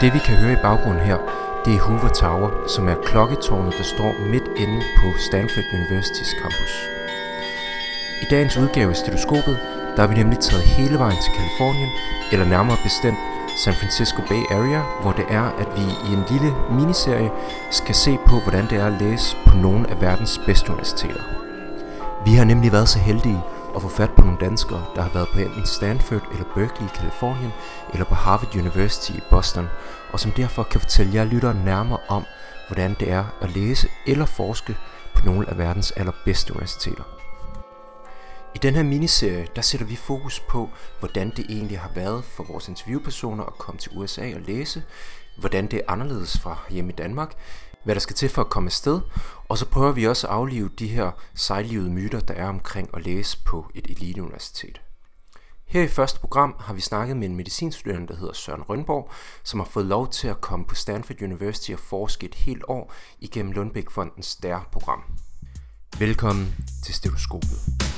Det vi kan høre i baggrunden her, det er Hoover Tower, som er klokketårnet, der står midt inde på Stanford Universitys campus. I dagens udgave af Stetoskopet, der har vi nemlig taget hele vejen til Californien, eller nærmere bestemt San Francisco Bay Area, hvor det er, at vi i en lille miniserie skal se på, hvordan det er at læse på nogle af verdens bedste universiteter. Vi har nemlig været så heldige at få fat på nogle danskere, der har været på enten Stanford eller Berkeley i Californien, eller på Harvard University i Boston, og som derfor kan fortælle jer lyttere nærmere om, hvordan det er at læse eller forske på nogle af verdens allerbedste universiteter. I den her miniserie, der sætter vi fokus på, hvordan det egentlig har været for vores interviewpersoner at komme til USA og læse, hvordan det er anderledes fra hjemme i Danmark, hvad der skal til for at komme afsted, og så prøver vi også at aflive de her sejlivede myter, der er omkring at læse på et eliteuniversitet. Her i første program har vi snakket med en medicinstuderende, der hedder Søren Rønborg, som har fået lov til at komme på Stanford University og forske et helt år igennem Lundbeck-fondens DARE-program. Velkommen til Stetoskopet.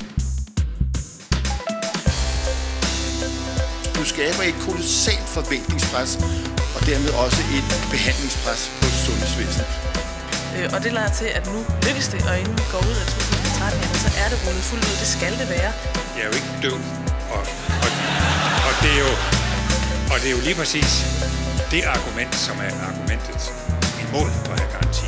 Du skaber et kolossalt forventningspres, og dermed også et behandlingspres på sundhedsvæsenet. Og det lader til, at nu lykkes det, og inden vi går ud af 2013, så er det rullet fuldt ud. Det skal det være. Jeg er jo ikke død, og det er jo lige præcis det argument, som er argumentet imod at have garanti.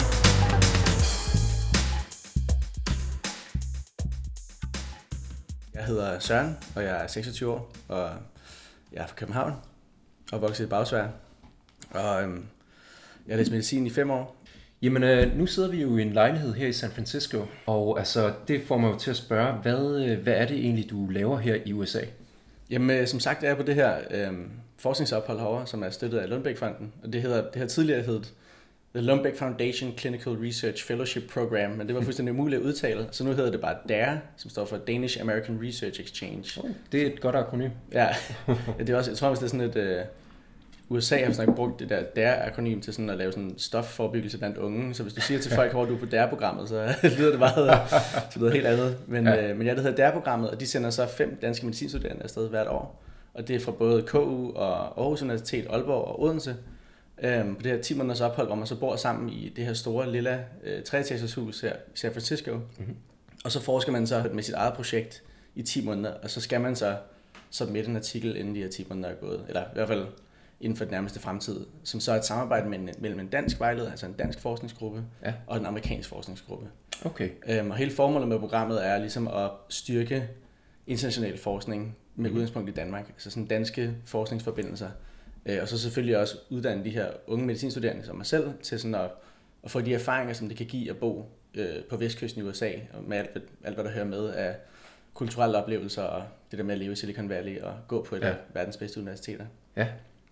Jeg hedder Søren, og jeg er 26 år, og jeg er fra København og vokset i Bagsværd. Og jeg har læst medicin i 5 år. Jamen, nu sidder vi jo i en lejlighed her i San Francisco, og altså, det får mig jo til at spørge, hvad er det egentlig, du laver her i USA? Jamen, som sagt er jeg på det her forskningsophold herovre, som er støttet af Lundbeck-fonden. Og det har tidligere heddet The Lundbeck Foundation Clinical Research Fellowship Program, men det var fuldstændig umuligt at udtale, så nu hedder det bare DARE, som står for Danish American Research Exchange. Det er et godt akronym. Ja, det er også, jeg tror også, det er sådan et... USA har sådan brugt det der DARE-akronym til sådan at lave sådan stofforebyggelse blandt unge, så hvis du siger til folk, hvor du er på DARE-programmet, så lyder det bare til noget helt andet. Men det hedder DARE-programmet, og de sender så 5 danske medicinstuderende afsted hvert år. Og det er fra både KU og Aarhus Universitet, Aalborg og Odense. På det her 10 måneders ophold, hvor man så bor sammen i det her store lille 3-etagers hus her i San Francisco. Mm-hmm. Og så forsker man så med sit eget projekt i 10 måneder, og så skal man så submitte en artikel, inden de her 10 måneder er gået. Eller i hvert fald inden for den nærmeste fremtid, som så er et samarbejde mellem en dansk vejleder, altså en dansk forskningsgruppe, og en amerikansk forskningsgruppe. Okay. Og hele formålet med programmet er ligesom at styrke international forskning med udgangspunkt i Danmark, altså sådan danske forskningsforbindelser, og så selvfølgelig også uddanne de her unge medicinstuderende som mig selv, til sådan at få de erfaringer, som det kan give at bo på vestkysten i USA, og med alt hvad der hører med af kulturelle oplevelser, og det der med at leve i Silicon Valley, og gå på et af verdens bedste universiteter. Ja.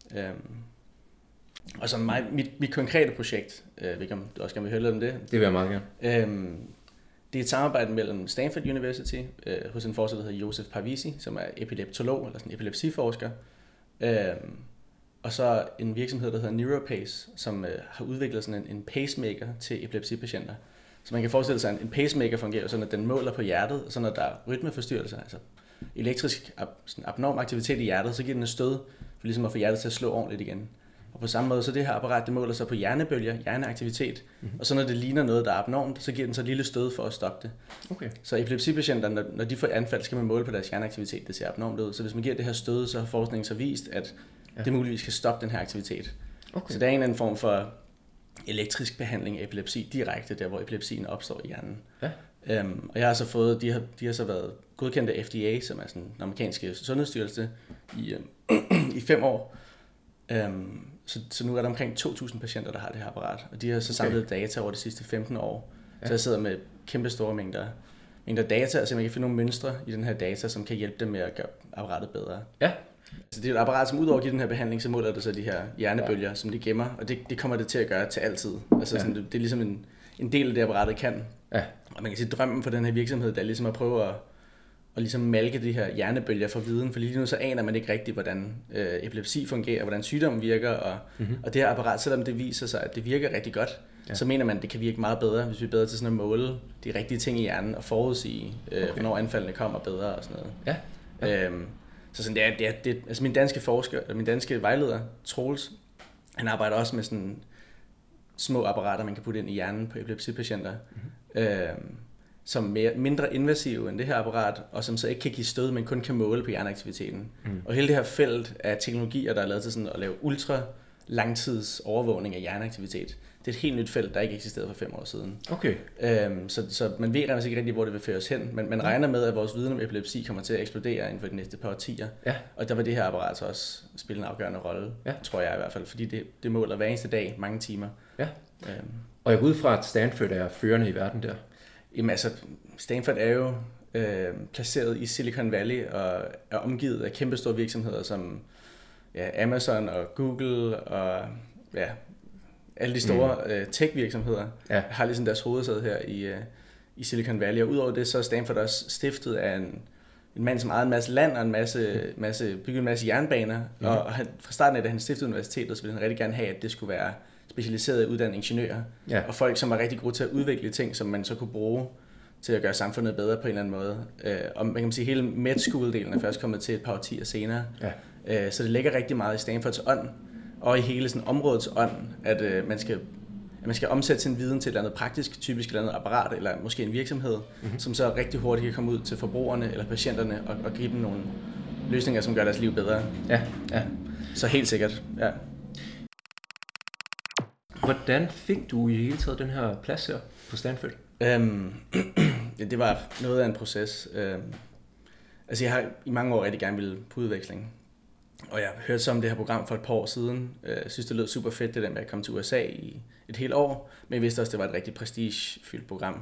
Og så mit konkrete projekt, vi kan også gerne høre lidt om det. Det vil jeg meget gerne. Det er et samarbejde mellem Stanford University hos en forsker, der hedder Joseph Parvizi, som er epileptolog eller sådan epilepsiforsker, og så en virksomhed, der hedder NeuroPace, som har udviklet sådan en pacemaker til epilepsipatienter. Så man kan forestille sig, at en pacemaker fungerer sådan, at den måler på hjertet, og så når der er rytmeforstyrrelser, altså elektrisk abnorm aktivitet i hjertet, så giver den et stød for ligesom at få hjertet til at slå ordentligt igen. Og på samme måde, så det her apparat, det måler sig på hjernebølger, hjerneaktivitet, og så når det ligner noget, der er abnormt, så giver den så et lille stød for at stoppe det. Okay. Så epilepsipatienter, når de får anfald, skal man måle på deres hjerneaktivitet, det ser abnormt ud. Så hvis man giver det her stød, så har forskningen så vist, at det muligvis kan stoppe den her aktivitet. Okay. Så der er en eller anden form for elektrisk behandling af epilepsi direkte, der hvor epilepsien opstår i hjernen. Ja. Og jeg har så fået, de har så været godkendt af FDA, som er sådan den amerikanske sundhedsstyrelse, i 5 år. Så nu er der omkring 2.000 patienter, der har det her apparat, og de har så samlet data over de sidste 15 år. Så jeg sidder med kæmpe store mængder data, og så man kan finde nogle mønstre i den her data, som kan hjælpe dem med at gøre apparatet bedre. Ja. Så det er et apparat, som udover at give den her behandling, så måler det så de her hjernebølger, som de gemmer, og det kommer det til at gøre til altid. Altså sådan, det er ligesom en del af det apparatet kan. Ja. Og man kan sige, drømmen for den her virksomhed, der er ligesom at prøve at ligesom malke de her hjernebølger for viden, for lige nu så aner man ikke rigtigt, hvordan epilepsi fungerer, hvordan sygdommen virker, og det her apparat, selvom det viser sig, at det virker rigtig godt, så mener man, at det kan virke meget bedre, hvis vi er bedre til sådan at måle de rigtige ting i hjernen og forudsige, hvornår anfaldene kommer bedre og sådan noget. Ja. Så sådan, det altså min danske vejleder, Troels, Han arbejder også med sådan små apparater, man kan putte ind i hjernen på epilepsipatienter, som er mindre invasive end det her apparat, og som så ikke kan give stød, men kun kan måle på hjerneaktiviteten. Og hele det her felt af teknologier, der er lavet til sådan at lave ultra langtids overvågning af hjerneaktivitet, det er et helt nyt felt, der ikke eksisterede for 5 år siden. Okay. Så man ved rent ikke rigtig, hvor det vil føre os hen, men man regner med, at vores viden om epilepsi kommer til at eksplodere inden for de næste par årtier. Ja. Og der vil det her apparat så også spille en afgørende rolle, tror jeg i hvert fald, fordi det måler hver eneste dag mange timer. Ja. Og jeg går ud fra, at Stanford er førende i verden der. Jamen altså, Stanford er jo placeret i Silicon Valley og er omgivet af kæmpestore virksomheder som Amazon og Google og alle de store tech-virksomheder har ligesom deres hovedsæde her i Silicon Valley. Og udover det, så er Stanford også stiftet af en mand, som ejede en masse land og byggede en masse jernbaner. Og fra starten af, da han stiftede universitetet, så ville han rigtig gerne have, at det skulle være specialiserede uddannede ingeniører. Ja. Og folk, som var rigtig gode til at udvikle ting, som man så kunne bruge til at gøre samfundet bedre på en eller anden måde. Og man kan sige, hele med school-delen er først kommet til et par årtier senere. Ja. Så det ligger rigtig meget i Stanfords ånd, og i hele sådan områdets ånd, at man skal omsætte sin viden til et eller andet praktisk, typisk et eller andet apparat, eller måske en virksomhed, som så rigtig hurtigt kan komme ud til forbrugerne eller patienterne og give dem nogle løsninger, som gør deres liv bedre. Ja. Så helt sikkert, ja. Hvordan fik du i hele taget den her plads her på Stanford? Det var noget af en proces. Altså jeg har i mange år rigtig gerne ville på udveksling. Og jeg hørte så om det her program for et par år siden. Jeg synes, det lød super fedt, det der med at komme til USA i et helt år. Men jeg vidste også, det var et rigtig prestigefyldt program.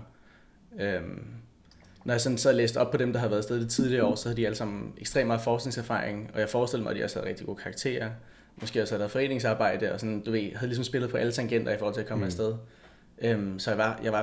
Når jeg sådan så læste op på dem, der havde været afsted det tidligere år, så havde de alle sammen ekstremt meget forskningserfaring. Og jeg forestillede mig, at de også havde rigtig gode karakterer. Måske også havde været foreningsarbejde, og sådan, du ved, havde ligesom spillet på alle tangenter i forhold til at komme afsted. Så jeg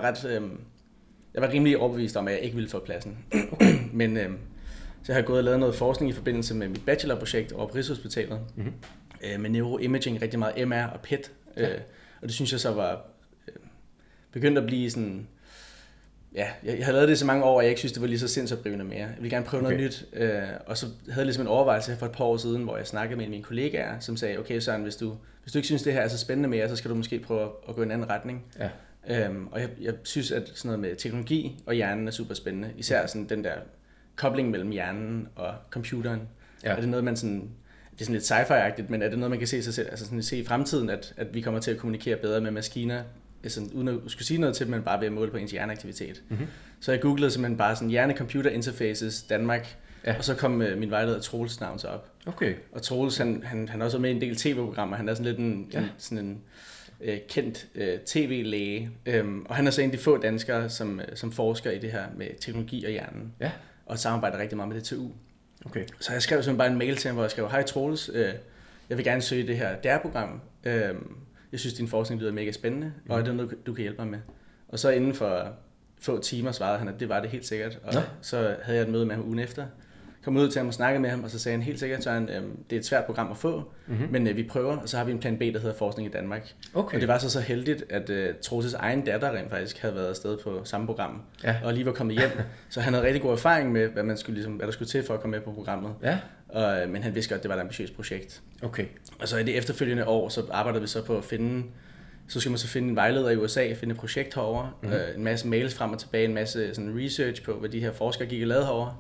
var rimelig overbevist om, at jeg ikke ville få pladsen. Men så jeg har gået og lavet noget forskning i forbindelse med mit bachelorprojekt over på Rigshospitalet, med neuroimaging, rigtig meget MR og PET. Og det synes jeg så var begyndt at blive sådan... Ja, jeg havde lavet det i så mange år, og jeg ikke synes, det var lige så sindsoprivende mere. Jeg ville gerne prøve noget nyt, og så havde jeg ligesom en overvejelse for et par år siden, hvor jeg snakkede med mine kollegaer, som sagde, okay Søren, hvis du ikke synes, det her er så spændende mere, så skal du måske prøve at gå i en anden retning. Ja. Og jeg synes, at sådan noget med teknologi og hjernen er super spændende. Især sådan den der kobling mellem hjernen og computeren. Ja. Er det noget, man sådan... Det er sådan lidt sci-fi-agtigt, men er det noget, man kan se sig selv, altså sådan se i fremtiden, at vi kommer til at kommunikere bedre med maskiner, altså, uden at skulle sige noget til dem, men bare ved at måle på ens hjerneaktivitet. Så jeg googlede simpelthen bare sådan hjerne-computer interfaces Danmark, og så kom min vejleder Troels navn så op. Okay. Og Troels, han også med i en del tv-programmer, han er sådan lidt en kendt tv-læge, og han er så en af de få danskere, som forsker i det her med teknologi og hjernen, og samarbejder rigtig meget med DTU. Okay. Så jeg skrev simpelthen bare en mail til ham, hvor jeg skrev, hej Troels, jeg vil gerne søge det her DR-program. Jeg synes, din forskning lyder mega spændende, og er det noget, du kan hjælpe mig med? Og så inden for få timer svarede han, at det var det helt sikkert. Og så havde jeg et møde med ham ugen efter. Kom ud til ham og snakkede med ham, og så sagde han helt sikkert, så det er et svært program at få, men vi prøver, og så har vi en plan B, der hedder Forskning i Danmark. Okay. Og det var så heldigt, at Troelses egen datter rent faktisk havde været afsted på samme program, og lige var kommet hjem. Så han havde rigtig god erfaring med, hvad der skulle til for at komme med på programmet. Ja. Men han vidste godt, at det var et ambitiøst projekt. Okay. Og så i det efterfølgende år, så arbejdede vi så på at finde... Så skal man så finde en vejleder i USA, finde et projekt herovre, en masse mails frem og tilbage, en masse sådan research på, hvad de her forskere gik og lavede herovre.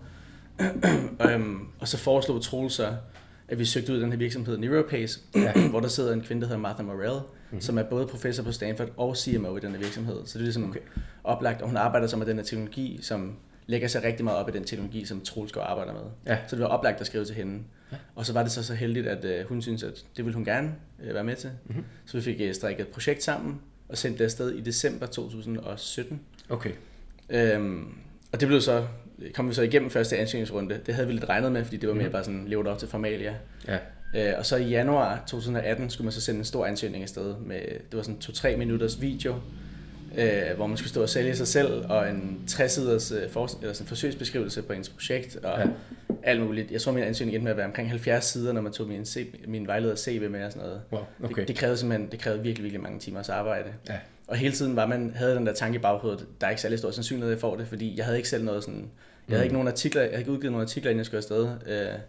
Og så foreslog Troels så, at vi søgte ud af den her virksomhed Neuropace, hvor der sidder en kvinde, der hedder Martha Morell, som er både professor på Stanford og CMO i den her virksomhed. Så det er ligesom oplagt, og hun arbejder så med den her teknologi, som lægger sig rigtig meget op i den teknologi, som Troels går og arbejder med. Ja. Så det var oplagt at skrive til hende. Ja. Og så var det så heldigt, at hun syntes, at det ville hun gerne være med til. Så vi fik strikket et projekt sammen og sendt det afsted i december 2017. Okay. Og det blev så... kom vi så igennem første ansøgningsrunde. Det havde vi lidt regnet med, fordi det var mere bare sådan levet op til formalia. Ja. Og så i januar 2018 skulle man så sende en stor ansøgning afsted med, det var sådan 2-3 minutters video, hvor man skulle stå og sælge sig selv, og en 60-siders forsøgsbeskrivelse på ens projekt, og alt muligt. Jeg tror, min ansøgning endte med at være omkring 70 sider, når man tog min vejleder CV med og sådan noget. Wow, okay. Det krævede virkelig, virkelig mange timers arbejde. Ja. Og hele tiden havde den der tanke i baghovedet, der er ikke særlig stor sandsynlighed, at jeg får det, fordi jeg havde ikke selv noget sådan, jeg havde ikke udgivet nogle artikler, inden jeg skulle afsted,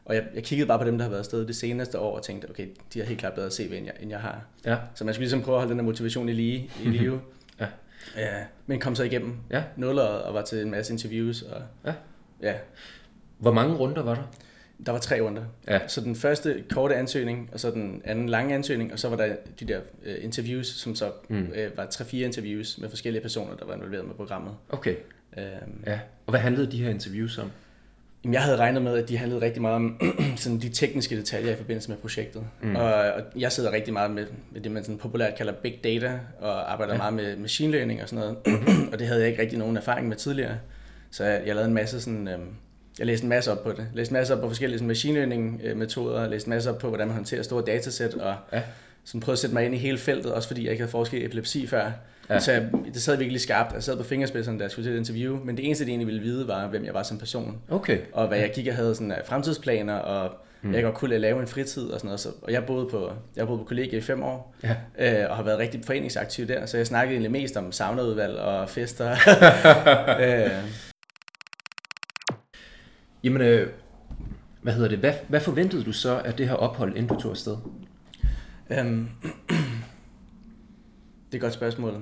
Og jeg kiggede bare på dem, der har været afsted det seneste år, og tænkte, okay, de har helt klart bedre CV, end jeg har. Ja. Så man skulle ligesom prøve at holde den der motivation i live. Ja. Men kom så igennem nulleret og var til en masse interviews. Og, ja. Hvor mange runder var der? Der var 3 runder. Ja. Så den første korte ansøgning, og så den anden lange ansøgning, og så var der de der interviews, som så var 3-4 interviews med forskellige personer, der var involveret med programmet. Okay. Ja. Og hvad handlede de her interviews om? Jamen, jeg havde regnet med, at de handlede rigtig meget om sådan de tekniske detaljer i forbindelse med projektet. Og jeg sidder rigtig meget med det, man sådan populært kalder big data, og arbejder meget med machine learning og sådan noget. Og det havde jeg ikke rigtig nogen erfaring med tidligere. Så jeg lavede en masse sådan... Jeg læste en masse op på det. Læste en masse op på forskellige sådan machine learning metoder. Læste en masse op på, hvordan man håndterer store datasæt. Og sådan prøvede at sætte mig ind i hele feltet, også fordi jeg ikke havde forsket i epilepsi før. Ja. Så det sad virkelig skarpt. Jeg sad på fingerspidserne, da jeg skulle til et interview. Men det eneste, de egentlig ville vide, var, hvem jeg var som person. Okay. Og hvad jeg gik og havde sådan fremtidsplaner, og jeg godt kunne lave en fritid og sådan noget. Og jeg boede på kollegie i 5 år, og har været rigtig foreningsaktiv der. Så jeg snakkede egentlig mest om saunaudvalg og fester. Jamen, hvad forventede du så af det her ophold, inden du tog afsted? Det er et godt spørgsmål.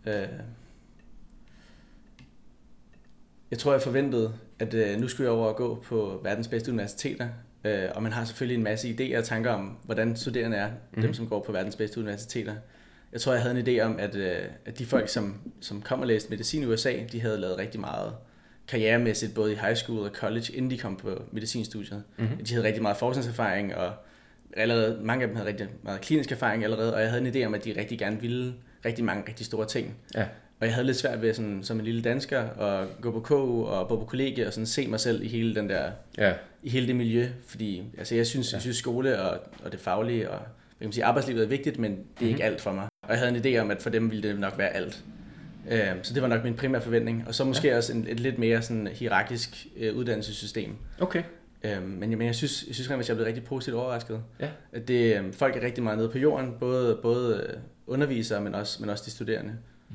Jeg tror, jeg forventede, at nu skulle jeg over og gå på verdens bedste universiteter, og man har selvfølgelig en masse idéer og tanker om, hvordan studerende er, dem som går på verdens bedste universiteter. Jeg tror, jeg havde en idé om, at de folk, som kom og læste medicin i USA, de havde lavet rigtig meget karrieremæssigt, både i high school og college, inden de kom på medicinstudiet. De havde rigtig meget forskningserfaring, og allerede, mange af dem havde rigtig meget klinisk erfaring allerede, og jeg havde en idé om, at de rigtig gerne ville rigtig mange rigtig store ting. Ja. Og jeg havde lidt svært ved sådan, som en lille dansker at gå på KU og bo på kollegie og sådan se mig selv i hele den der, i hele det miljø, fordi altså jeg synes skole og det faglige og jeg kan sige, arbejdslivet er vigtigt, men det er ikke alt for mig. Og jeg havde en idé om, at for dem ville det nok være alt. Så det var nok min primære forventning, og så måske også et lidt mere sådan hierarkisk uddannelsessystem. Okay. Men jeg synes at jeg blev rigtig positivt overrasket. Ja. At det, folk er rigtig meget nede på jorden, både undervisere, men også de studerende.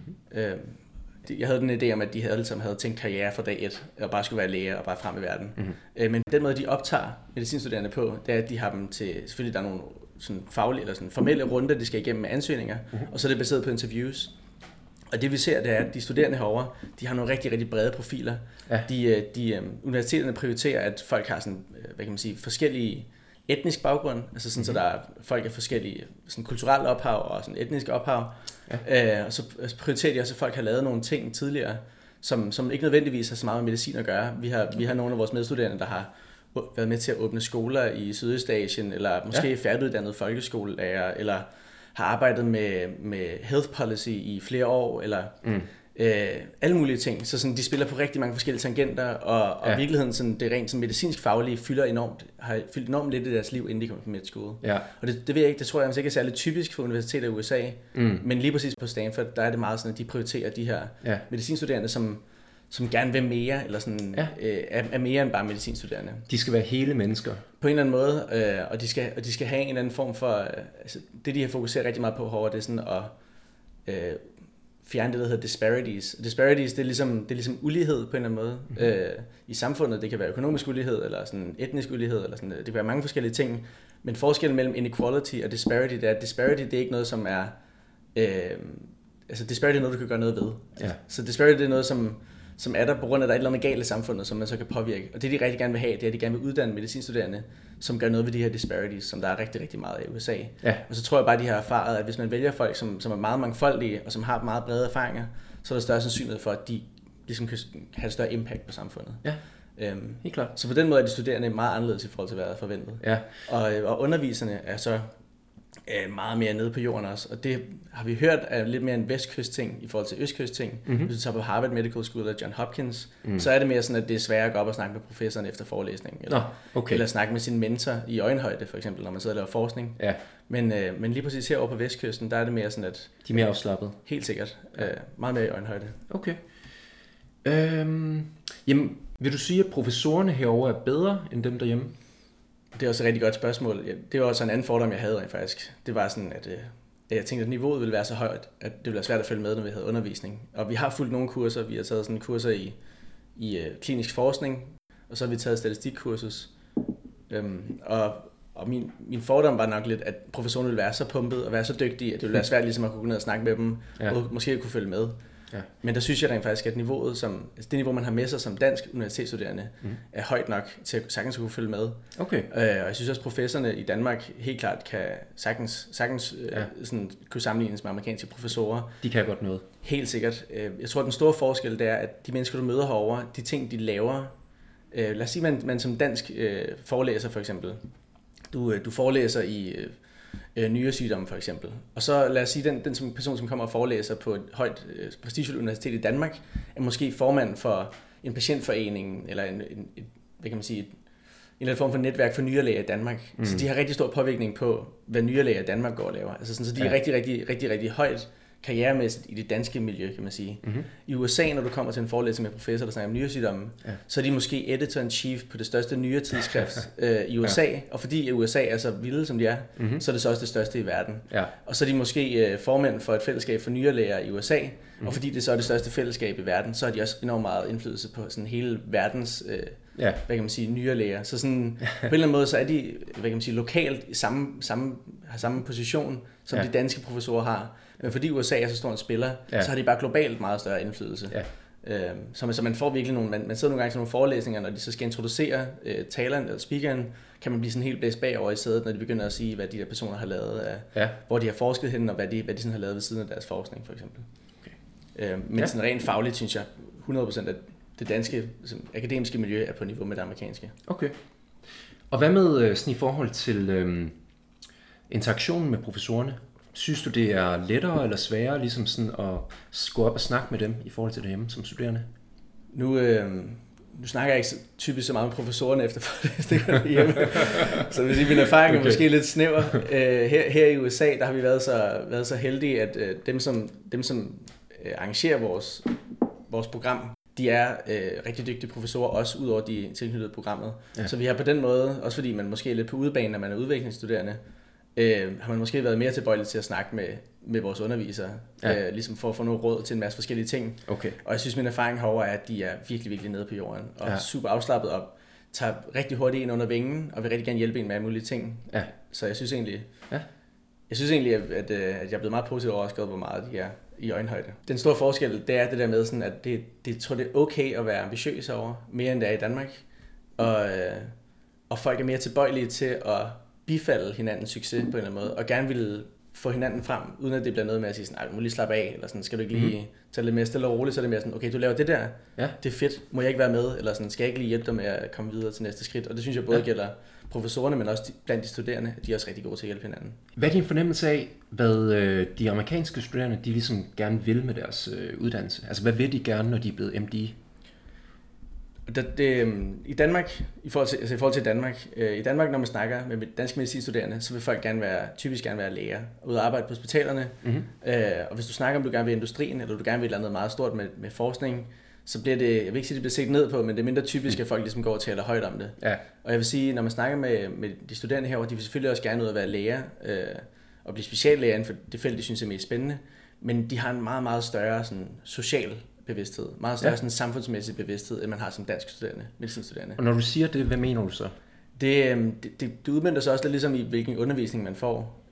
Jeg havde den idé om, at de alle sammen havde tænkt karriere fra dag 1, og bare skulle være læger og bare frem i verden. Men den måde, de optager medicinstuderende på, det er, at de har dem til, selvfølgelig der er nogle sådan faglige eller sådan formelle runder, de skal igennem med ansøgninger, og så er det baseret på interviews. Og det vi ser, det er, at de studerende herovre, de har nogle rigtig, rigtig brede profiler. Ja. Universiteterne prioriterer, at folk har sådan, hvad kan man sige, forskellige etnisk baggrund, altså sådan, så der er folk af forskellige sådan kulturelle ophav og sådan etniske ophav. Ja. Og så prioriterer de også, at folk har lavet nogle ting tidligere, som ikke nødvendigvis har så meget med medicin at gøre. Vi har nogle af vores medstuderende, der har været med til at åbne skoler i Sydøstasien, eller måske færdiguddannede folkeskolelærer, eller har arbejdet med health policy i flere år, eller alle mulige ting. Så sådan, de spiller på rigtig mange forskellige tangenter, og i virkeligheden sådan, det rent sådan, medicinsk faglige har fyldt enormt lidt i deres liv, inden de kommer på med skole. Ja. Og det ved jeg ikke, det tror jeg ikke er særlig typisk for universiteter i USA, men lige præcis på Stanford, der er det meget sådan, at de prioriterer de her medicinstuderende, som gerne vil mere, eller sådan, er mere end bare medicinstuderende. De skal være hele mennesker. På en eller anden måde, og de skal have en eller anden form for, altså, det de har fokuseret rigtig meget på herovre, det er sådan at fjerne det, der hedder disparities. Disparities, det er ligesom ulighed på en eller anden måde i samfundet. Det kan være økonomisk ulighed, eller sådan etnisk ulighed, eller sådan, det kan være mange forskellige ting. Men forskellen mellem inequality og disparity, det er, at disparity, det er ikke noget, som er, altså disparity er noget, du kan gøre noget ved. Ja. Så disparity, det er noget, som er der på grund af, at der er et eller andet galt i samfundet, som man så kan påvirke. Og det, de rigtig gerne vil have, det er, at de gerne vil uddanne medicinstuderende, som gør noget ved de her disparities, som der er rigtig, rigtig meget i USA. Ja. Og så tror jeg bare, at de har erfaret, at hvis man vælger folk, som er meget mangfoldige, og som har meget brede erfaringer, så er der større sandsynlighed for, at de ligesom kan have et større impact på samfundet. Ja. Helt klart. Så på den måde er de studerende meget anderledes i forhold til, hvad der er forventet. Ja. Og underviserne er så meget mere nede på jorden også, og det har vi hørt er lidt mere en vestkyst-ting i forhold til østkyst-ting. Hvis du tager på Harvard Medical School eller John Hopkins, så er det mere sådan, at det er sværere at gå op og snakke med professoren efter forelæsningen, eller snakke med sin mentor i øjenhøjde, for eksempel, når man sidder og laver forskning. Ja. Men lige præcis herovre på vestkysten, der er det mere sådan, at de er mere afslappet. Helt sikkert. Meget mere i øjenhøjde. Okay. Jamen, vil du sige, at professorerne herovre er bedre end dem derhjemme? Det er også et rigtig godt spørgsmål. Det var også en anden fordom, jeg havde faktisk. Det var sådan, at jeg tænkte, at niveauet ville være så højt, at det ville være svært at følge med, når vi havde undervisning. Og vi har fulgt nogle kurser. Vi har taget sådan kurser i klinisk forskning, og så har vi taget statistikkursus. Og min fordom var nok lidt, at professorerne ville være så pumpet og være så dygtige, at det ville være svært ligesom at kunne gå ned og snakke med dem, og måske kunne følge med. Ja. Men der synes jeg rent faktisk, at niveauet, det niveau, man har med sig som dansk universitetsstuderende, er højt nok til at sagtens kunne følge med. Okay. Og jeg synes også, at professorerne i Danmark helt klart kan sagtens sådan, kunne sammenlignes med amerikanske professorer. De kan godt noget. Helt sikkert. Jeg tror, at den store forskel det er, at de mennesker, du møder herovre, de ting, de laver. Lad os sige, at man som dansk forelæser for eksempel, du forelæser i nyresygdomme for eksempel. Og så lad os sige, den som person, som kommer og forelæser på et højt prestigefuldt universitet i Danmark, er måske formand for en patientforening, eller en hvad kan man sige, en eller anden form for netværk for nyrelæger i Danmark. Så de har rigtig stor påvirkning på, hvad nyrelæger i Danmark går og laver. Altså sådan, så de er rigtig højt karrieremæssigt i det danske miljø, kan man sige. I USA, når du kommer til en forelæsning med professor, der snakker om nyresygdomme, så er de måske editor-in-chief på det største nyretidsskrift i USA, og fordi USA er så vilde, som de er, så er det så også det største i verden. Og så er de måske formænd for et fællesskab for nyrelæger i USA, og fordi det så er det største fællesskab i verden, så har de også enormt meget indflydelse på sådan hele verdens hvad kan man sige, nyrelæger. Så sådan, på en eller anden måde, så er de, hvad kan man sige, lokalt i har samme position, som de danske professorer har. Men fordi USA er så stor en spiller, så har de bare globalt meget større indflydelse. Så man får virkelig man sidder nogle gange til nogle forelæsninger, når de så skal introducere taleren eller speakeren, kan man blive sådan helt blæst bagover i sædet, når de begynder at sige, hvad de der personer har lavet, hvor de har forsket hen, og hvad de sådan har lavet ved siden af deres forskning, for eksempel. Okay. Men sådan rent fagligt, synes jeg 100% at det danske akademiske miljø er på niveau med det amerikanske. Okay. Og hvad med sådan i forhold til interaktionen med professorerne? Synes du, det er lettere eller sværere ligesom sådan at gå op og snakke med dem i forhold til det hjemme som studerende? Nu snakker jeg ikke typisk så meget med professorerne efter forelæsningerne hjemme, så hvis min erfaring er måske lidt snæver. Her i USA, der har vi været så heldige, at dem som arrangerer vores program, de er rigtig dygtige professorer, også ud over de tilknyttede programmet. Så vi har på den måde, også fordi man måske er lidt på udebane, når man er udviklingsstuderende, har man måske været mere tilbøjelig til at snakke med vores undervisere, ligesom for at få nogle råd til en masse forskellige ting. Okay. Og jeg synes, min erfaring herovre er, at de er virkelig, virkelig nede på jorden, og super afslappet op, tager rigtig hurtigt ind under vingen, og vil rigtig gerne hjælpe en med alle mulige ting. Ja. Så jeg synes egentlig, at jeg er blevet meget positivt overrasket, hvor meget de er i øjenhøjde. Den store forskel, det er det der med, sådan, at jeg tror, det er okay at være ambitiøs over, mere end det er i Danmark. Og folk er mere tilbøjelige til at bifalde hinandens succes på en eller anden måde, og gerne ville få hinanden frem, uden at det bliver noget med at sige sådan, du må lige slappe af, eller sådan, skal du ikke lige tage lidt mere stille og roligt, så er det mere sådan, okay, du laver det der, det er fedt, må jeg ikke være med, eller sådan, skal jeg ikke lige hjælpe dig med at komme videre til næste skridt, og det synes jeg både gælder professorerne, men også blandt de studerende, de er også rigtig gode til at hjælpe hinanden. Hvad er din fornemmelse af, hvad de amerikanske studerende, de ligesom gerne vil med deres uddannelse? Altså, hvad vil de gerne, når de er blevet MD? I Danmark, i forhold til Danmark, i Danmark, når man snakker med danske medicinstuderende, så vil folk typisk gerne være læger, ude og arbejde på hospitalerne. Og hvis du snakker om, du gerne vil i industrien, eller du gerne vil et eller andet meget stort med forskning, så bliver det, jeg vil ikke sige, det bliver set ned på, men det er mindre typisk, at folk ligesom går og taler højt om det. Ja. Og jeg vil sige, når man snakker med de studerende herovre, de vil selvfølgelig også gerne ud at være læger, og blive speciallæger inden for det felt, de synes er mest spændende, men de har en meget, meget større sådan, social bevidsthed, meget større sådan, samfundsmæssig bevidsthed, end man har som dansk studerende, medicinstuderende. Og når du siger det, hvad mener du så? Det udmønter sig også lidt ligesom i, hvilken undervisning man får.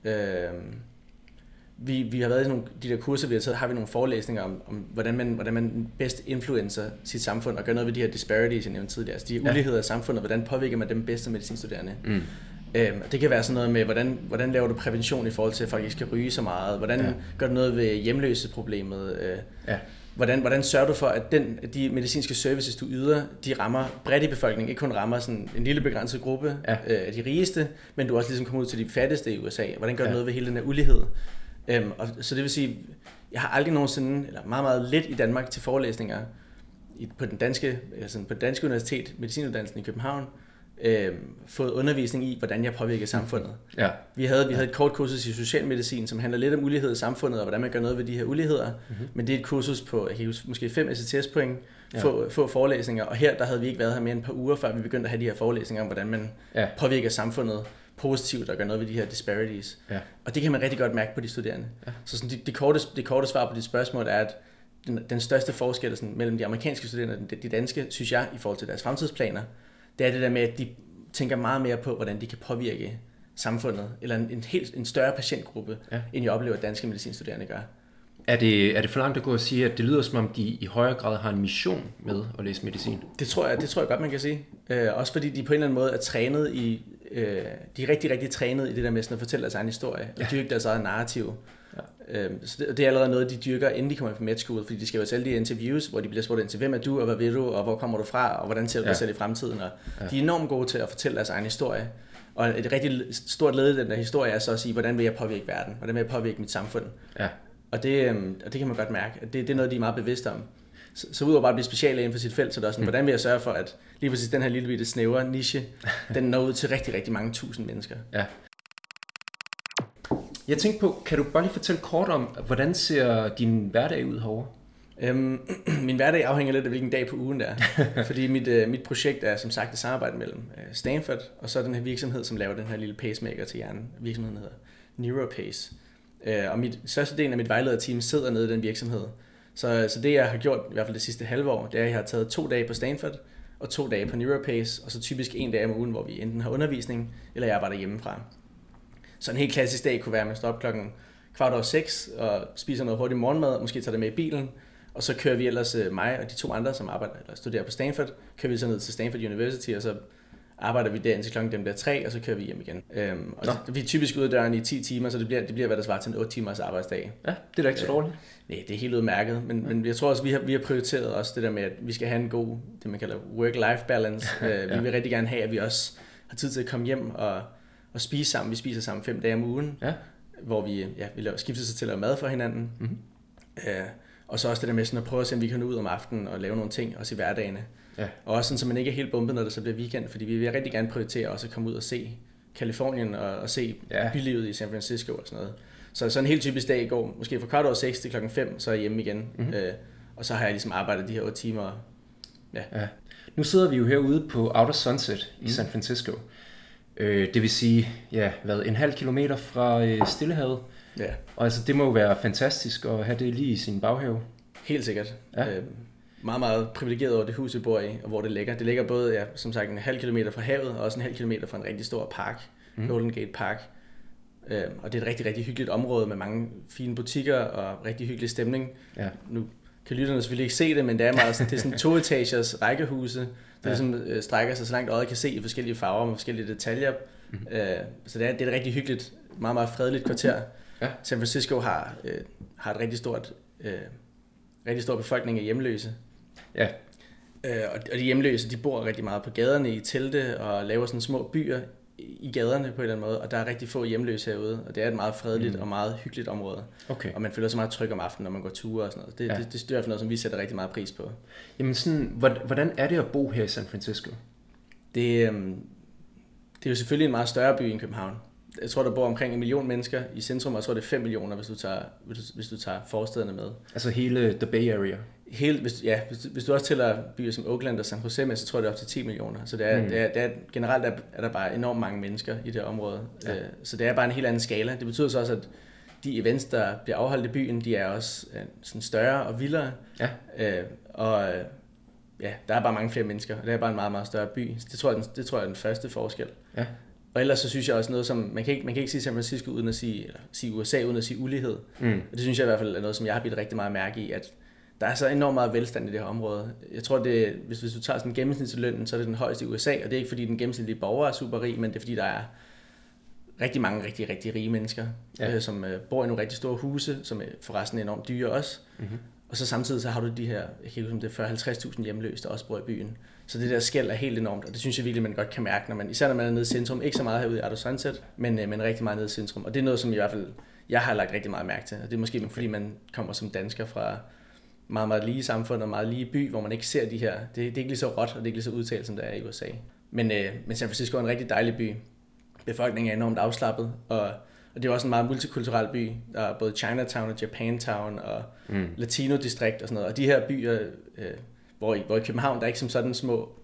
Vi har været i de der kurser, vi har taget, har vi nogle forelæsninger om hvordan man bedst influencer sit samfund og gør noget ved de her disparities, jeg nævnte tidligere, altså de her uligheder i samfundet, hvordan påvirker man dem bedst som medicinstuderende. Det kan være sådan noget med, hvordan laver du prævention i forhold til, at folk ikke skal ryge så meget, hvordan gør du noget ved hjemløseproblemet, hvordan sørger du for, at de medicinske services, du yder, de rammer bredt i befolkningen, ikke kun rammer sådan en lille begrænset gruppe af de rigeste, men du også ligesom kommer ud til de fattigste i USA. Hvordan gør du noget ved hele den her ulighed? Så det vil sige, jeg har aldrig nogensinde, eller meget, meget lidt i Danmark til forelæsninger på det danske universitet, medicinuddannelsen i København, fået undervisning i, hvordan jeg påvirker samfundet. Ja. Vi havde et kort kursus i socialmedicin, som handler lidt om ulighed i samfundet, og hvordan man gør noget ved de her uligheder. Men det er et kursus på, jeg kan huske, måske 5 SATS-point, få forelæsninger, og der havde vi ikke været her mere end et par uger, før vi begyndte at have de her forelæsninger om, hvordan man påvirker samfundet positivt og gør noget ved de her disparities. Ja. Og det kan man rigtig godt mærke på de studerende. Ja. Så sådan, det korte svar på dit spørgsmål er, at den største forskel sådan, mellem de amerikanske studerende og de danske, synes jeg, i forhold til deres fremtidsplaner, det er det der med, at tænker meget mere på, hvordan de kan påvirke samfundet, eller en større patientgruppe, end jeg oplever, at danske medicinstuderende gør. Er det for langt at gå og sige, at det lyder som om, de i højere grad har en mission med at læse medicin? Det tror jeg godt, man kan sige. Også fordi de på en eller anden måde er trænet i, de er rigtig, rigtig trænet i det der med sådan at fortælle deres egen historie, og dyrke deres eget narrativ. Ja. Så det er allerede noget, de dyrker, inden de kommer på med school, fordi de skal jo selv de interviews, hvor de bliver spurgt ind til, hvem er du, og hvad ved du, og hvor kommer du fra, og hvordan ser du dig selv i fremtiden, og de er enormt gode til at fortælle deres egen historie. Og et rigtig stort led i den der historie er så at sige, hvordan vil jeg påvirke verden, hvordan vil jeg påvirke mit samfund. Ja. Og det kan man godt mærke, at det er noget, de er meget bevidste om. Så udover bare at blive speciallæge inden for sit felt, så er det også sådan, hvordan vil jeg sørge for, at lige præcis den her lille bitte snævre niche, den når ud til rigtig, rigtig mange tusind mennesker. Ja. Jeg tænkte på, kan du bare lige fortælle kort om, hvordan ser din hverdag ud herovre? Min hverdag afhænger lidt af, hvilken dag på ugen det er. Fordi mit projekt er som sagt et samarbejde mellem Stanford, og så den her virksomhed, som laver den her lille pacemaker til hjernen. Virksomheden hedder NeuroPace. Og største del af mit vejlederteam sidder nede i den virksomhed. Så det, jeg har gjort, i hvert fald det sidste halve år, det er, at jeg har taget 2 dage på Stanford, og 2 dage på NeuroPace, og så typisk 1 dag om ugen, hvor vi enten har undervisning, eller jeg arbejder hjemmefra. Så en helt klassisk dag kunne være, at man står op 5:15 og spiser noget hurtigt morgenmad, måske tager det med i bilen, og så kører vi ellers mig og de 2 andre, som arbejder eller studerer på Stanford, kører vi så ned til Stanford University, og så arbejder vi der indtil klokken dem der 3, og så kører vi hjem igen. Vi er typisk ude af døren i 10 timer, så det bliver hvad der svarer til en 8 timers arbejdsdag. Ja, det er da ikke så dårligt. Nej, det er helt udmærket, men jeg tror også, vi har prioriteret også det der med, at vi skal have en god, det man kalder work-life balance. Vi vil rigtig gerne have, at vi også har tid til at komme hjem og spise sammen. Vi spiser sammen 5 dage om ugen, hvor vi skifter sig til at lave mad for hinanden. Mm-hmm. Og så også det der med sådan at prøve at se, om vi kan nå ud om aftenen og lave nogle ting, også i hverdagene. Ja. Og også sådan, så man ikke er helt bumpet, når det så bliver weekend, fordi vi vil rigtig gerne prioritere også at komme ud og se Kalifornien og se bylivet i San Francisco og sådan noget. Så en helt typisk dag går måske fra 5:15 til klokken 5, så er jeg hjemme igen. Mm-hmm. Og så har jeg ligesom arbejdet de her 8 timer. Ja. Nu sidder vi jo herude på Outer Sunset i San Francisco. Det vil sige, en halv kilometer fra Stillehavet. Ja. Og altså, det må jo være fantastisk at have det lige i sin baghave. Helt sikkert. Ja. Meget, meget privilegeret over det hus, vi bor i, og hvor det ligger. Det ligger både, som sagt, en halv kilometer fra havet, og også en halv kilometer fra en rigtig stor park, Golden Gate Park. Og det er et rigtig, rigtig hyggeligt område med mange fine butikker og rigtig hyggelig stemning. Ja. Nu kan lytterne selvfølgelig ikke se det, men det er meget sådan, det er sådan 2-etagers rækkehuse, der ligesom strækker sig så langt øjet kan se i forskellige farver med forskellige detaljer. Så det er et rigtig hyggeligt, meget, meget fredeligt kvarter. Ja. San Francisco har et rigtig stor befolkning af hjemløse. Ja. Og de hjemløse, de bor rigtig meget på gaderne i telte og laver sådan små byer i gaderne på en eller anden måde, og der er rigtig få hjemløse herude, og det er et meget fredeligt og meget hyggeligt område. Okay. Og man føler sig meget tryg om aftenen, når man går ture og sådan noget. Det er i hvert fald noget, som vi sætter rigtig meget pris på. Jamen sådan, hvordan er det at bo her i San Francisco? Det er jo selvfølgelig en meget større by end København. Jeg tror, der bor omkring 1 million mennesker i centrum, og jeg tror, det er 5 millioner, hvis du tager forstederne med. Altså hele The Bay Area? Hvis du også tæller byer som Oakland og San Jose med, så tror jeg, det er op til 10 millioner. Så det er generelt er der bare enormt mange mennesker i det område. Ja. Så det er bare en helt anden skala. Det betyder så også, at de events, der bliver afholdt i byen, de er også sådan større og vildere. Ja. Der er bare mange flere mennesker, og det er bare en meget, meget større by. Det tror jeg er den første forskel. Ja. Og ellers så synes jeg også noget, som man kan ikke sige San Francisco uden at sige USA uden at sige ulighed. Og det synes jeg i hvert fald er noget, som jeg har bidt rigtig meget mærke i, at der er så enormt meget velstand i det her område. Jeg tror, hvis du tager sådan en gennemsnitsløn, så er det den højeste i USA, og det er ikke fordi den gennemsnitlige borger er super rig, men det er fordi der er rigtig mange rigtig, rigtig rige mennesker, som bor i nogle rigtig store huse, som er forresten enormt dyre også. Mm-hmm. Og så samtidig så har du de her, jeg kan ikke huske, det er 40-50.000 hjemløse, der også bor i byen. Så det der skel er helt enormt, og det synes jeg virkelig, man godt kan mærke, især når man er nede i centrum. Ikke så meget herude i Outer Sunset, men rigtig meget nede i centrum. Og det er noget, som i hvert fald jeg har lagt rigtig meget mærke til. Og det er måske fordi man kommer som dansker fra meget, meget lige samfund og meget lige by, hvor man ikke ser de her. Det er ikke lige så råt, og det er ikke lige så udtalt, som det er i USA. Men San Francisco er en rigtig dejlig by. Befolkningen er enormt afslappet, og det er også en meget multikulturel by. Der er både Chinatown og Japantown og Latino-distrikt og sådan noget. Og de her byer, hvor i København, der er ikke som sådan små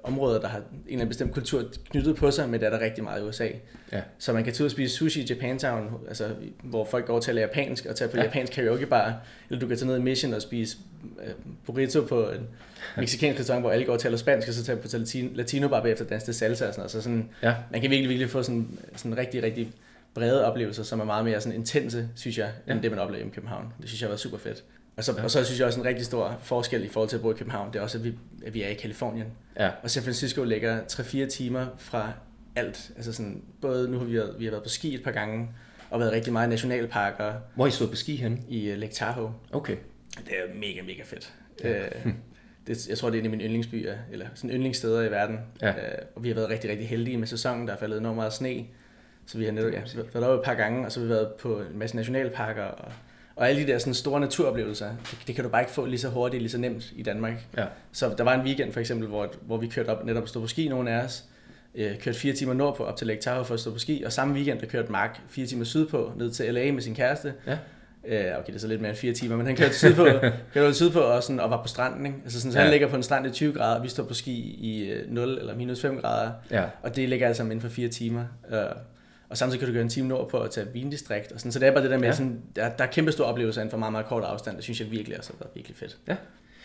områder, der har en eller anden bestemt kultur knyttet på sig, men det er der rigtig meget i USA. Ja. Så man kan tage ud og spise sushi i Japantown, altså, hvor folk går til at lære japansk og tage på japansk karaoke bar, eller du kan tage ned i Mission og spise burrito på en mexicansk restaurant, hvor alle går og taler spansk, og så tage på latino bar bagefter danse til salsa og sådan noget. Så sådan, man kan virkelig få sådan rigtig, rigtig brede oplevelser, som er meget mere sådan intense, synes jeg, end det man oplever i København. Det synes jeg har været super fedt. Og så synes jeg også en rigtig stor forskel i forhold til at bo i København, det er også, at vi er i Kalifornien. Ja. Og San Francisco ligger 3-4 timer fra alt. Altså sådan, både nu har vi har været på ski et par gange, og været rigtig meget i nationalparker. Hvor I stod på ski henne? I Lake Tahoe. Okay. Det er mega, mega fedt. Ja. Jeg tror, det er en af mine yndlingsbyer, eller sådan yndlingssteder i verden. Ja. Og vi har været rigtig, rigtig heldige med sæsonen. Der er faldet enormt meget sne. Så vi har netop været deroppe et par gange, og så har vi været på en masse nationalparker. Og alle de der sådan store naturoplevelser, det kan du bare ikke få lige så hurtigt, lige så nemt i Danmark. Ja. Så der var en weekend for eksempel, hvor vi kørte op netop og stod på ski, nogle af os. Kørte 4 timer nordpå op til Lake Tahoe for at stå på ski. Og samme weekend, der kørte Mark 4 timer sydpå, ned til LA med sin kæreste. Ja. Okay, det er så lidt mere end 4 timer, men han kørte sydpå og var på stranden. Ikke? Altså sådan, så han ligger på en strand i 20 grader, og vi står på ski i 0 eller minus 5 grader. Ja. Og det ligger altså inden for 4 timer. Og samtidig kan du gøre en time nordpå og tage vindistrikt. Og sådan. Så det er bare det der med, sådan, der er kæmpe store oplevelser inden for meget, meget kort afstand. Det synes jeg virkelig også har været virkelig fedt. Ja.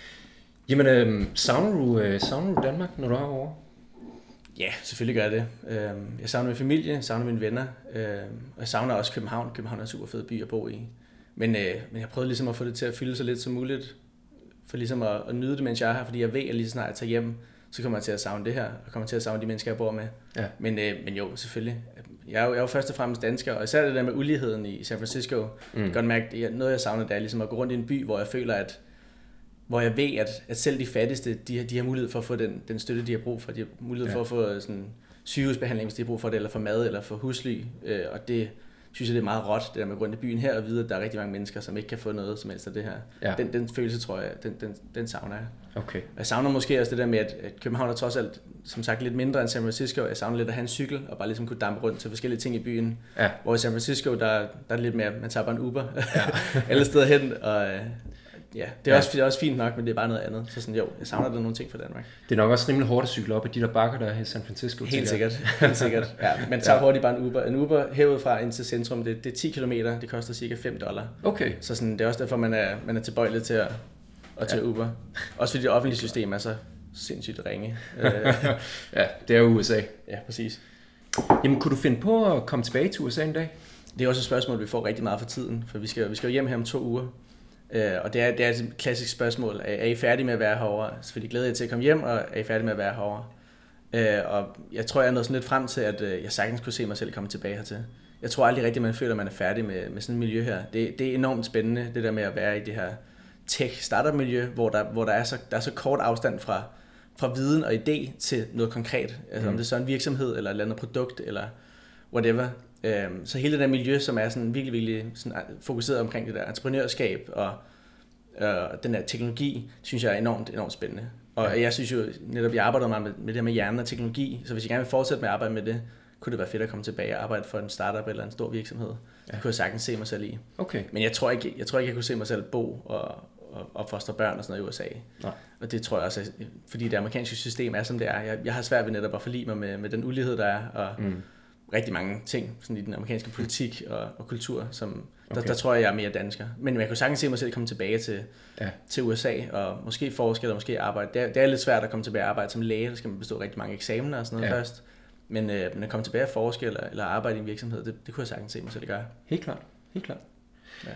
Jamen, savner du Danmark, når du er herovre? Ja, selvfølgelig gør jeg det. Jeg savner min familie, jeg savner mine venner, og jeg savner også København. København er en super fed by at bo i. Men jeg prøvede ligesom at få det til at fylde så lidt som muligt, for ligesom at nyde det, mens jeg er her, fordi jeg ved, at lige så snart jeg tager hjem, så kommer jeg til at savne det her, og kommer til at savne de mennesker, jeg bor med. Ja. Men jo, selvfølgelig. Jeg er jo først og fremmest dansker, og især det der med uligheden i San Francisco, jeg kan godt mærke, at noget jeg savner, det er ligesom at gå rundt i en by, hvor jeg føler, hvor jeg ved, at selv de fattigste, de har mulighed for at få den støtte, de har brug for. De har mulighed for at få sådan sygehusbehandling, hvis de har brug for det, eller for mad, eller for husly. Og det synes jeg, det er meget råt, det der med at gå rundt i byen her, og vide, at der er rigtig mange mennesker, som ikke kan få noget som helst af det her. Ja. Den følelse, tror jeg, den savner jeg. Okay. Jeg savner måske også det der med, at København er trods alt, som sagt, lidt mindre end San Francisco. Jeg savner lidt at have en cykel, og bare ligesom kunne dampe rundt til forskellige ting i byen. Ja. Hvor i San Francisco, der er lidt mere, man tager bare en Uber alle steder hen, og ja, det er også fint nok, men det er bare noget andet. Så sådan, jo, jeg savner der nogle ting fra Danmark. Det er nok også rimelig hårdt at cykle op i de der bakker, der er i San Francisco. Helt sikkert. Ja, man tager hurtigt bare en Uber. En Uber herudfra ind til centrum, det er 10 km, det koster cirka $5. Okay. Så sådan, det er også derfor, man er tilbøjelig til at tage Uber. Også fordi det offentlige system er så sindssygt ringe. Ja, det er USA. Ja, præcis. Jamen, kunne du finde på at komme tilbage til USA en dag? Det er også et spørgsmål, vi får rigtig meget for tiden, for vi skal jo hjem her om 2 uger. Og det er et klassisk spørgsmål. Er I færdige med at være herovre? Selvfølgelig glæder jeg til at komme hjem, og er I færdige med at være herovre? Og jeg tror, jeg er nået sådan lidt frem til, at jeg sagtens kunne se mig selv komme tilbage hertil. Jeg tror aldrig rigtigt, man føler, at man er færdig med sådan et miljø her. Det er enormt spændende, det der med at være i det her tech-startup-miljø, hvor der er så kort afstand fra viden og idé til noget konkret. Altså om det er så en virksomhed, eller et eller andet produkt, eller whatever. Så hele det der miljø, som er sådan virkelig, virkelig sådan fokuseret omkring det der entreprenørskab og den der teknologi, synes jeg er enormt spændende. Og jeg synes jo netop, jeg arbejder meget med det her med hjernen og teknologi, så hvis jeg gerne vil fortsætte med at arbejde med det, kunne det være fedt at komme tilbage og arbejde for en startup eller en stor virksomhed. Det kunne jeg sagtens se mig selv i. Okay. Men jeg tror ikke, jeg kunne se mig selv bo og opfostre børn og sådan noget i USA. Nej. Og det tror jeg også, fordi det amerikanske system er, som det er. Jeg har svært ved netop at forlige mig med den ulighed, der er, og rigtig mange ting sådan i den amerikanske politik og kultur, som der tror jeg er mere dansker. Men jeg kunne sagtens se mig selv komme tilbage til USA, og måske forske eller måske arbejde. Det er lidt svært at komme tilbage og arbejde som læge, der skal man bestå rigtig mange eksamener og sådan noget først. Men at komme tilbage og forske eller arbejde i en virksomhed, det kunne jeg sagtens se mig selv gøre. Helt klart. Ja.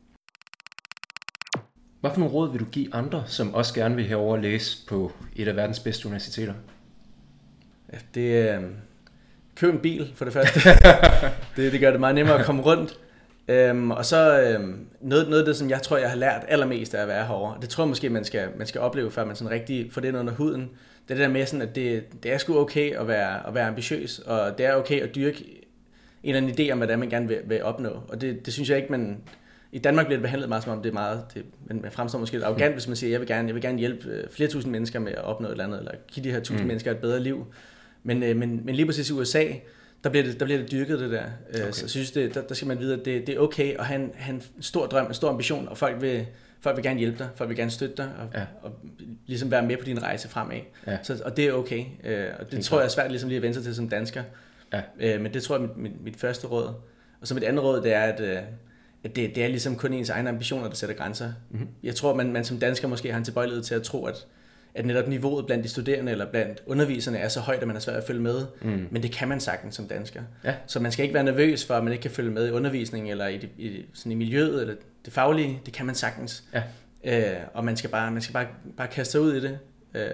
Hvad for nogle råd vil du give andre, som også gerne vil herover og læse på et af verdens bedste universiteter? Ja, det køb en bil for det første. det gør det meget nemmere at komme rundt. Og så noget af det, som jeg tror, jeg har lært allermest af at være herovre, det tror jeg måske, man skal opleve, før man sådan rigtig får det under huden. Det er det der med, sådan, at det er sgu okay at være ambitiøs, og det er okay at dyrke en eller anden idé om, hvad det er, man gerne vil opnå. Og det synes jeg ikke, man... I Danmark bliver det behandlet meget som om det er meget... Man fremstår måske lidt arrogant, hvis man siger, jeg vil gerne hjælpe flere tusind mennesker med at opnå et eller andet, eller give de her 1000 mennesker et bedre liv. Men lige præcis i USA, der bliver det dyrket, det der. Okay. Så jeg synes, der skal man vide, at det er okay at have en stor drøm, en stor ambition, og folk vil gerne hjælpe dig, folk vil gerne støtte dig, og ligesom være med på din rejse fremad. Ja. Og det er okay. Og det tror jeg er svært ligesom lige at vende sig til som dansker. Ja. Men det tror jeg er mit første råd. Og så mit andet råd, det er, at det er ligesom kun ens egne ambitioner, der sætter grænser. Mm-hmm. Jeg tror, man som dansker måske har en tilbøjelighed til at tro, at netop niveauet blandt de studerende eller blandt underviserne er så højt, at man er svært at følge med. Mm. Men det kan man sagtens som dansker. Ja. Så man skal ikke være nervøs for, at man ikke kan følge med i undervisningen eller i miljøet eller det faglige. Det kan man sagtens. Ja. Og man skal bare kaste sig ud i det.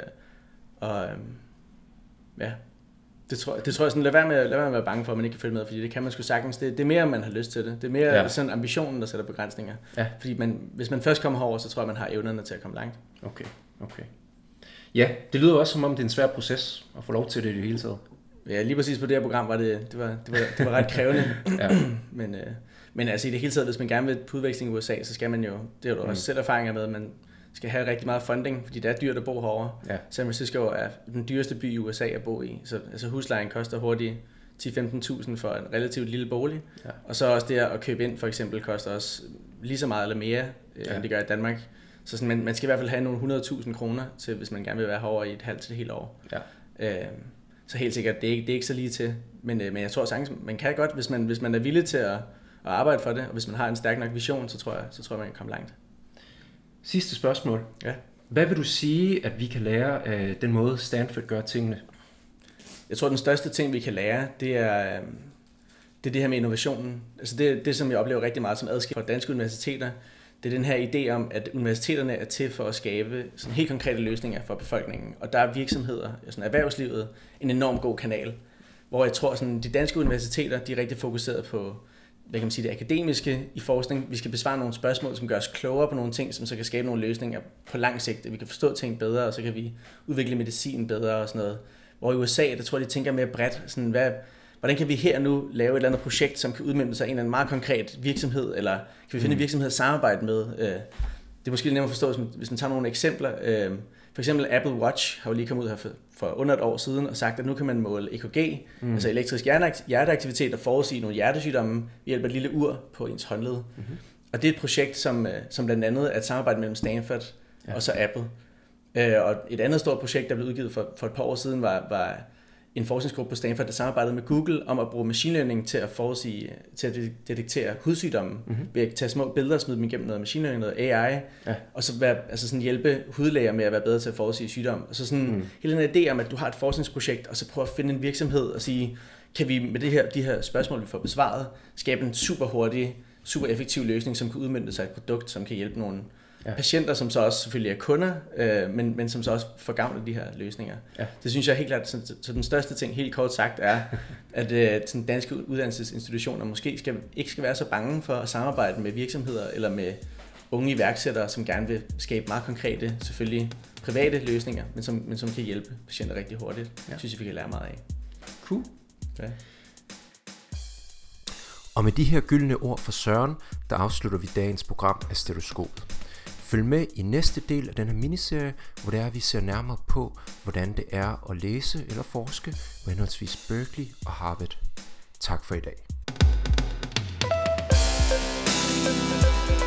Det tror jeg sådan, lad være med at være bange for, at man ikke kan følge med, fordi det kan man sgu sagtens. Det er mere, om man har lyst til det. Det er mere sådan ambitionen, der sætter begrænsninger. Ja. Fordi hvis man først kommer herover, så tror jeg, man har evnerne til at komme langt. Okay. Ja, det lyder også som om det er en svær proces at få lov til det i det hele taget. Ja, lige præcis på det her program var det var ret krævende. Ja. Men altså i det hele taget, hvis man gerne vil på udveksling i USA, så skal man jo, det er jo også selv erfaringer med, at man skal have rigtig meget funding, fordi det er dyrt at bo herovre. Ja. San Francisco er den dyreste by i USA at bo i, så altså huslejen koster hurtigt 10-15.000 for en relativt lille bolig. Ja. Og så også det at købe ind for eksempel koster også lige så meget eller mere, end det gør i Danmark. Så sådan, man skal i hvert fald have nogle 100.000 kroner til, hvis man gerne vil være herovre i et halvt til et helt år. Ja. Så helt sikkert, det er ikke så lige til. Men jeg tror sagtens, man kan godt, hvis man er villig til at arbejde for det, og hvis man har en stærk nok vision, så tror jeg man kan komme langt. Sidste spørgsmål. Ja. Hvad vil du sige, at vi kan lære af den måde, Stanford gør tingene? Jeg tror, den største ting, vi kan lære, det er det her med innovationen. Altså det, som jeg oplever rigtig meget som adskilt fra danske universiteter, det er den her idé om, at universiteterne er til for at skabe sådan helt konkrete løsninger for befolkningen. Og der er virksomheder, sådan erhvervslivet, en enorm god kanal. Hvor jeg tror, sådan de danske universiteter, de er rigtig fokuseret på, hvad kan man sige, det akademiske i forskning. Vi skal besvare nogle spørgsmål, som gør os klogere på nogle ting, som så kan skabe nogle løsninger på lang sigt. Vi kan forstå ting bedre, og så kan vi udvikle medicin bedre og sådan noget. Hvor i USA, der tror jeg, de tænker mere bredt, sådan hvordan kan vi her nu lave et eller andet projekt, som kan udmønte sig en eller anden meget konkret virksomhed, eller kan vi finde en virksomhed at samarbejde med? Det er måske lidt nemmere at forstå, hvis man tager nogle eksempler. For eksempel Apple Watch har jo lige kommet ud her for under et år siden og sagt, at nu kan man måle EKG, altså elektrisk hjerteaktivitet, og forudsige nogle hjertesygdomme ved hjælp af et lille ur på ens håndled. Mm-hmm. Og det er et projekt, som blandt andet er et samarbejde mellem Stanford og så Apple. Og et andet stort projekt, der blev udgivet for et par år siden, var en forskningsgruppe på Stanford, der samarbejdede med Google om at bruge machine learning til at detektere hudsygdomme, ved at tage små billeder og smide dem igennem noget machine learning, noget AI, og så sådan hjælpe hudlæger med at være bedre til at forudsige sygdom. Og så sådan hele den idé om, at du har et forskningsprojekt, og så prøve at finde en virksomhed og sige, kan vi med de her spørgsmål, vi får besvaret, skabe en super hurtig, super effektiv løsning, som kan udmønte sig et produkt, som kan hjælpe nogle patienter, som så også selvfølgelig er kunder, men som så også får gavn af de her løsninger. Ja. Det synes jeg helt klart, så den største ting, helt kort sagt, er, at sådan danske uddannelsesinstitutioner måske ikke skal være så bange for at samarbejde med virksomheder eller med unge iværksættere, som gerne vil skabe meget konkrete, selvfølgelig private løsninger, men som kan hjælpe patienter rigtig hurtigt. Det synes jeg, vi kan lære meget af. Cool. Ja. Og med de her gyldne ord fra Søren, der afslutter vi dagens program af Stetoskopet. Følg med i næste del af denne miniserie, hvor vi ser nærmere på, hvordan det er at læse eller forske ved henholdsvis Berkeley og Harvard. Tak for i dag.